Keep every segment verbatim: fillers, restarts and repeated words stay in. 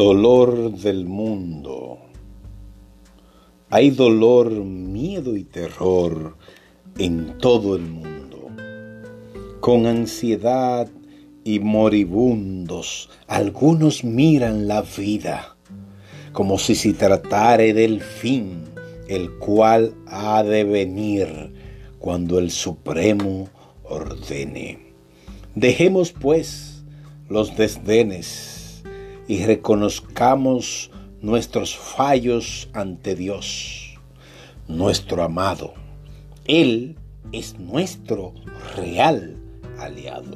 Dolor del mundo. Hay dolor, miedo y terror en todo el mundo. Con ansiedad y moribundos, algunos miran la vida como si se tratare del fin, el cual ha de venir cuando el Supremo ordene. Dejemos pues los desdenes y reconozcamos nuestros fallos ante Dios, nuestro amado. Él es nuestro real aliado.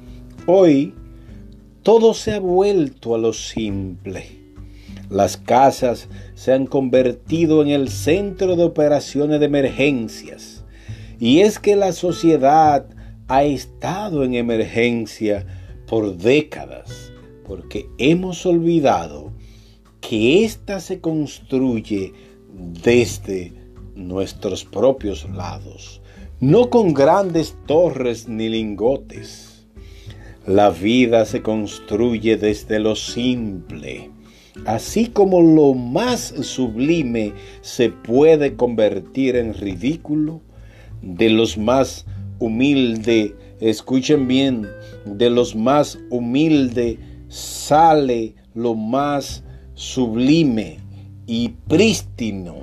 Hoy todo se ha vuelto a lo simple. Las casas se han convertido en el centro de operaciones de emergencias. Y es que la sociedad ha estado en emergencia por décadas, porque hemos olvidado que ésta se construye desde nuestros propios lados, no con grandes torres ni lingotes. La vida se construye desde lo simple, así como lo más sublime se puede convertir en ridículo. De los más humildes, escuchen bien, de los más humildes sale lo más sublime y prístino.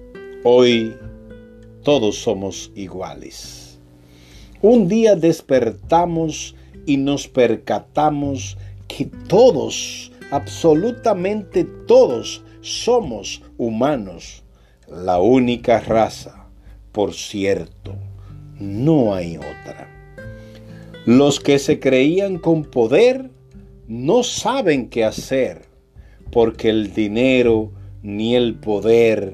Hoy todos somos iguales. Un día despertamos y nos percatamos que todos, absolutamente todos, somos humanos. La única raza, por cierto, no hay otra. Los que se creían con poder no saben qué hacer, porque el dinero ni el poder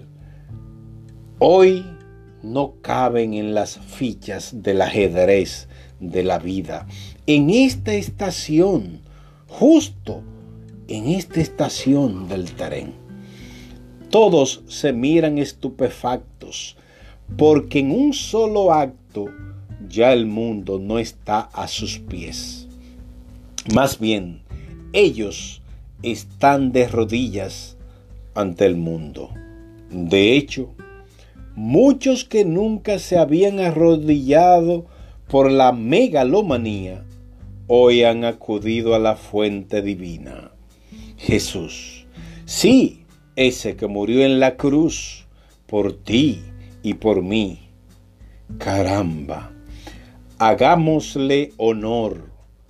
hoy no caben en las fichas del ajedrez de la vida. En esta estación, justo en esta estación del tren, todos se miran estupefactos, porque en un solo acto ya el mundo no está a sus pies. Más bien, ellos están de rodillas ante el mundo. De hecho, muchos que nunca se habían arrodillado por la megalomanía, hoy han acudido a la fuente divina. Jesús, sí, ese que murió en la cruz por ti y por mí. Caramba, hagámosle honor,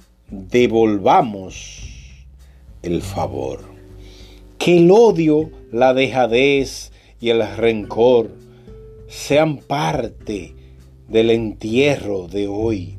devolvamos el favor. Que el odio, la dejadez y el rencor sean parte del entierro de hoy.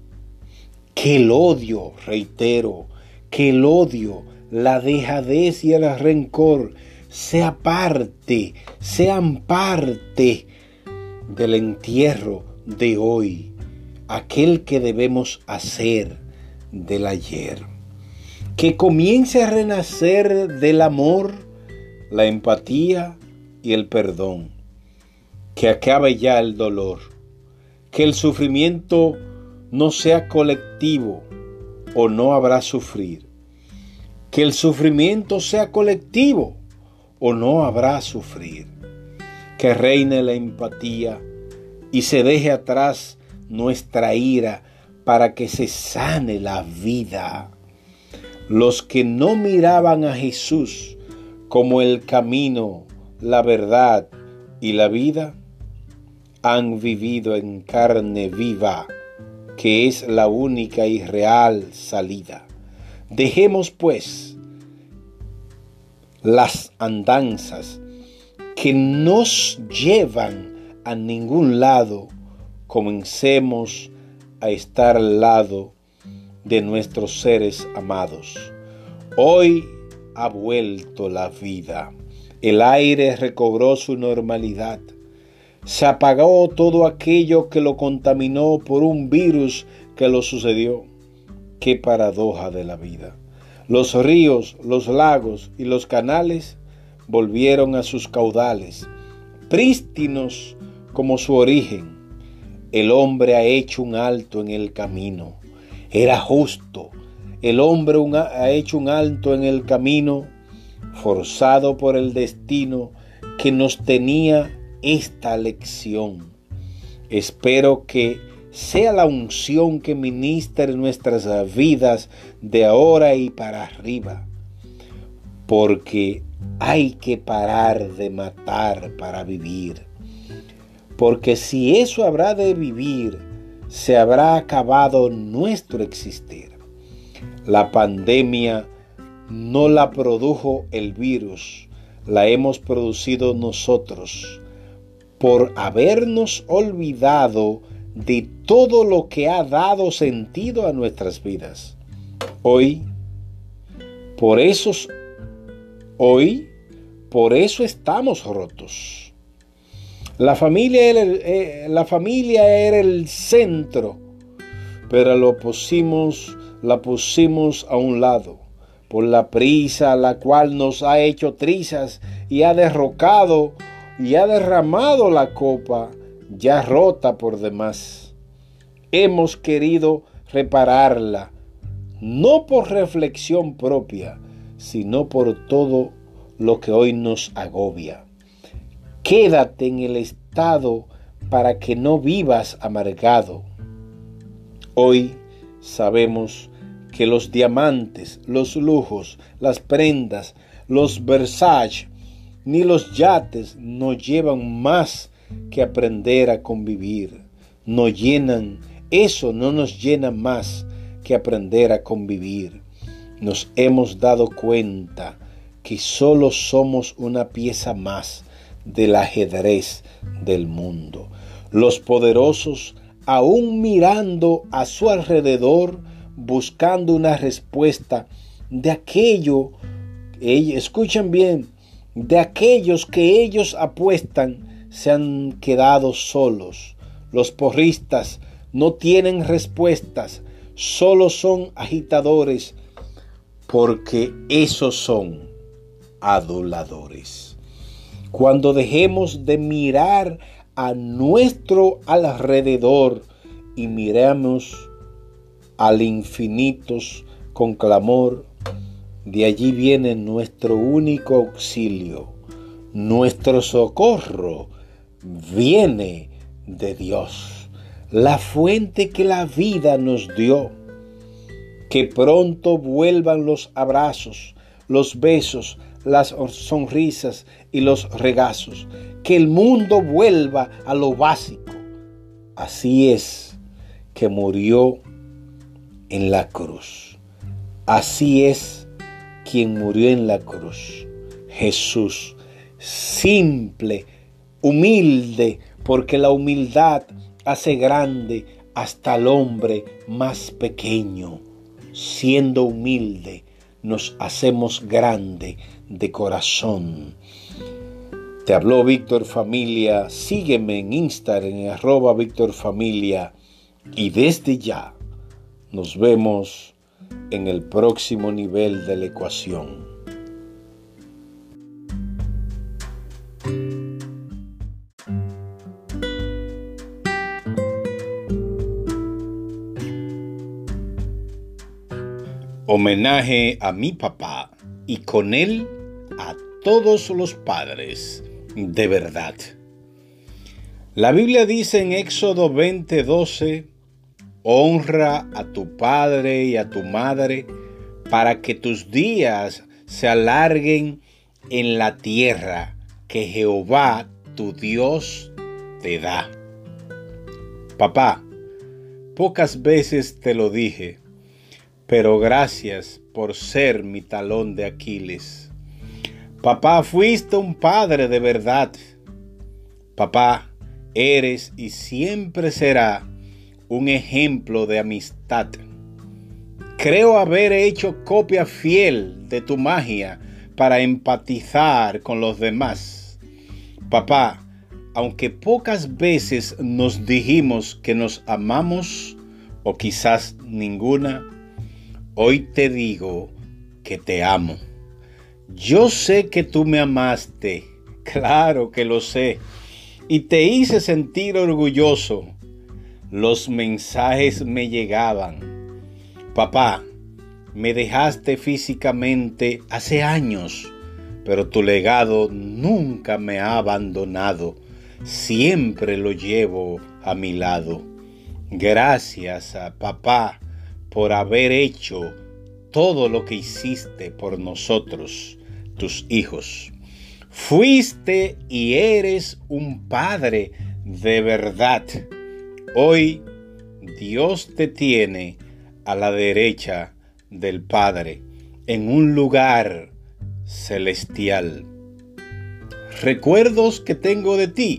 Que el odio, reitero, que el odio, la dejadez y el rencor sea parte, sean parte del entierro de hoy, aquel que debemos hacer del ayer. Que comience a renacer del amor, la empatía y el perdón. Que acabe ya el dolor. Que el sufrimiento no sea colectivo o no habrá sufrir. Que el sufrimiento sea colectivo o no habrá sufrir. Que reine la empatía y se deje atrás nuestra ira para que se sane la vida. Los que no miraban a Jesús como el camino, la verdad y la vida, han vivido en carne viva, que es la única y real salida. Dejemos pues las andanzas que nos llevan a ningún lado. Comencemos a estar al lado de nuestros seres amados. Hoy ha vuelto la vida. El aire recobró su normalidad. Se apagó todo aquello que lo contaminó por un virus que lo sucedió. Qué paradoja de la vida. Los ríos, los lagos y los canales volvieron a sus caudales, prístinos como su origen. El hombre ha hecho un alto en el camino. Era justo. El hombre ha hecho un alto en el camino forzado por el destino que nos tenía esta lección. Espero que sea la unción que ministre nuestras vidas de ahora y para arriba, porque hay que parar de matar para vivir, porque si eso habrá de vivir, se habrá acabado nuestro existir. La pandemia no la produjo el virus, la hemos producido nosotros, por habernos olvidado de todo lo que ha dado sentido a nuestras vidas. Hoy, por eso, hoy, por eso estamos rotos. La familia era el, eh, la familia era el centro, pero lo pusimos, la pusimos a un lado por la prisa, la cual nos ha hecho trizas y ha derrocado y ha derramado la copa ya rota por demás. Hemos querido repararla, no por reflexión propia, sino por todo lo que hoy nos agobia. Quédate en el estado para que no vivas amargado. Hoy sabemos que los diamantes, los lujos, las prendas, los Versace, ni los yates nos llevan más que aprender a convivir. No llenan, eso no nos llena más que aprender a convivir. Nos hemos dado cuenta que solo somos una pieza más del ajedrez del mundo. Los poderosos, aún mirando a su alrededor, buscando una respuesta de aquello, escuchen bien, de aquellos que ellos apuestan, se han quedado solos. Los porristas no tienen respuestas, solo son agitadores, porque esos son aduladores. Cuando dejemos de mirar a nuestro alrededor y miremos al infinito con clamor, de allí viene nuestro único auxilio. Nuestro socorro viene de Dios, la fuente que la vida nos dio. Que pronto vuelvan los abrazos, los besos, las sonrisas y los regazos. Que el mundo vuelva a lo básico. Así es que murió en la cruz. Así es quien murió en la cruz. Jesús, simple, humilde, porque la humildad hace grande hasta el hombre más pequeño. Siendo humilde, nos hacemos grande de corazón. Te habló Víctor Familia. Sígueme en Instagram en arroba Víctor Familia. Y desde ya nos vemos en el próximo nivel de la ecuación. Homenaje a mi papá y con él a todos los padres de verdad. La Biblia dice en Éxodo veinte doce: honra a tu padre y a tu madre para que tus días se alarguen en la tierra que Jehová tu Dios te da. Papá, pocas veces te lo dije, pero gracias por ser mi talón de Aquiles. Papá, fuiste un padre de verdad. Papá, eres y siempre será un ejemplo de amistad. Creo haber hecho copia fiel de tu magia para empatizar con los demás. Papá, aunque pocas veces nos dijimos que nos amamos, o quizás ninguna, hoy te digo que te amo. Yo sé que tú me amaste, claro que lo sé, y te hice sentir orgulloso. Los mensajes me llegaban. Papá, me dejaste físicamente hace años, pero tu legado nunca me ha abandonado. Siempre lo llevo a mi lado. Gracias a papá por haber hecho todo lo que hiciste por nosotros, tus hijos. Fuiste y eres un padre de verdad. Hoy Dios te tiene a la derecha del Padre en un lugar celestial. Recuerdos que tengo de ti.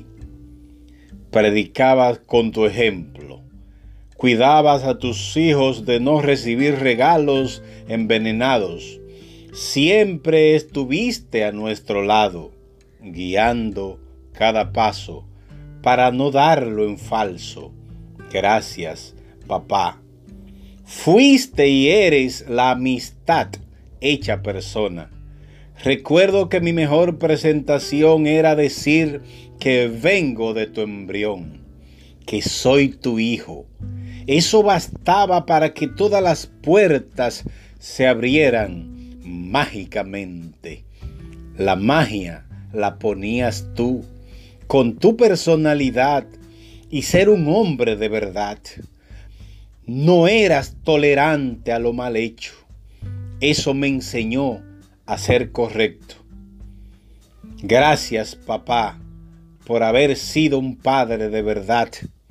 Predicabas con tu ejemplo. Cuidabas a tus hijos de no recibir regalos envenenados. Siempre estuviste a nuestro lado, guiando cada paso para no darlo en falso. Gracias, papá. Fuiste y eres la amistad hecha persona. Recuerdo que mi mejor presentación era decir que vengo de tu embrión, que soy tu hijo. Eso bastaba para que todas las puertas se abrieran mágicamente. La magia la ponías tú, con tu personalidad y ser un hombre de verdad. No eras tolerante a lo mal hecho. Eso me enseñó a ser correcto. Gracias, papá, por haber sido un padre de verdad.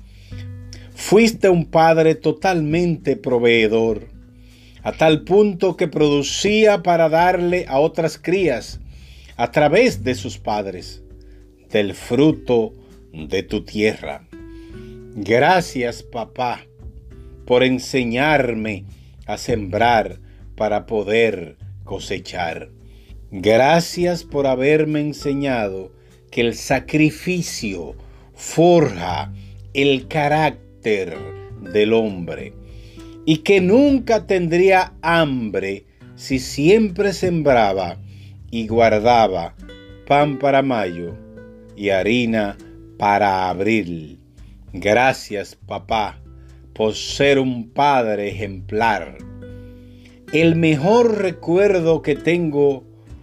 Fuiste un padre totalmente proveedor, a tal punto que producía para darle a otras crías a través de sus padres, del fruto de tu tierra. Gracias, papá, por enseñarme a sembrar para poder cosechar. Gracias por haberme enseñado que el sacrificio forja el carácter del hombre y que nunca tendría hambre si siempre sembraba y guardaba pan para mayo y harina para abril. Gracias, papá, por ser un padre ejemplar. El mejor recuerdo que tengo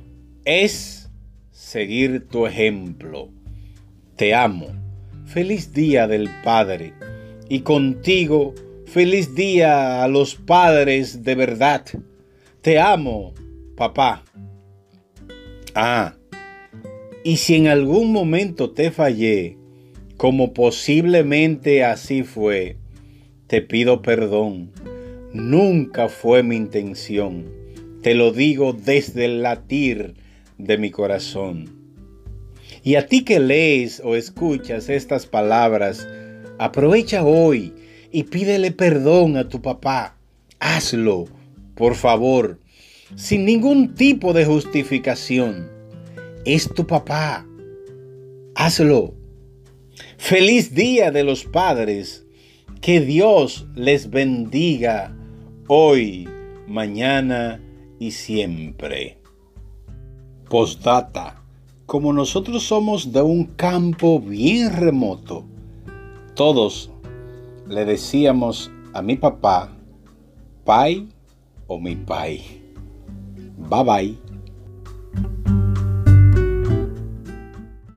es seguir tu ejemplo. Te amo. Feliz día del Padre. Y contigo, feliz día a los padres de verdad. Te amo, papá. Ah, y si en algún momento te fallé, como posiblemente así fue, te pido perdón. Nunca fue mi intención. Te lo digo desde el latir de mi corazón. Y a ti que lees o escuchas estas palabras, aprovecha hoy y pídele perdón a tu papá. Hazlo, por favor, sin ningún tipo de justificación. Es tu papá. Hazlo. Feliz Día de los Padres. Que Dios les bendiga hoy, mañana y siempre. Postdata. Como nosotros somos de un campo bien remoto, todos le decíamos a mi papá, pai o mi pai. Bye bye.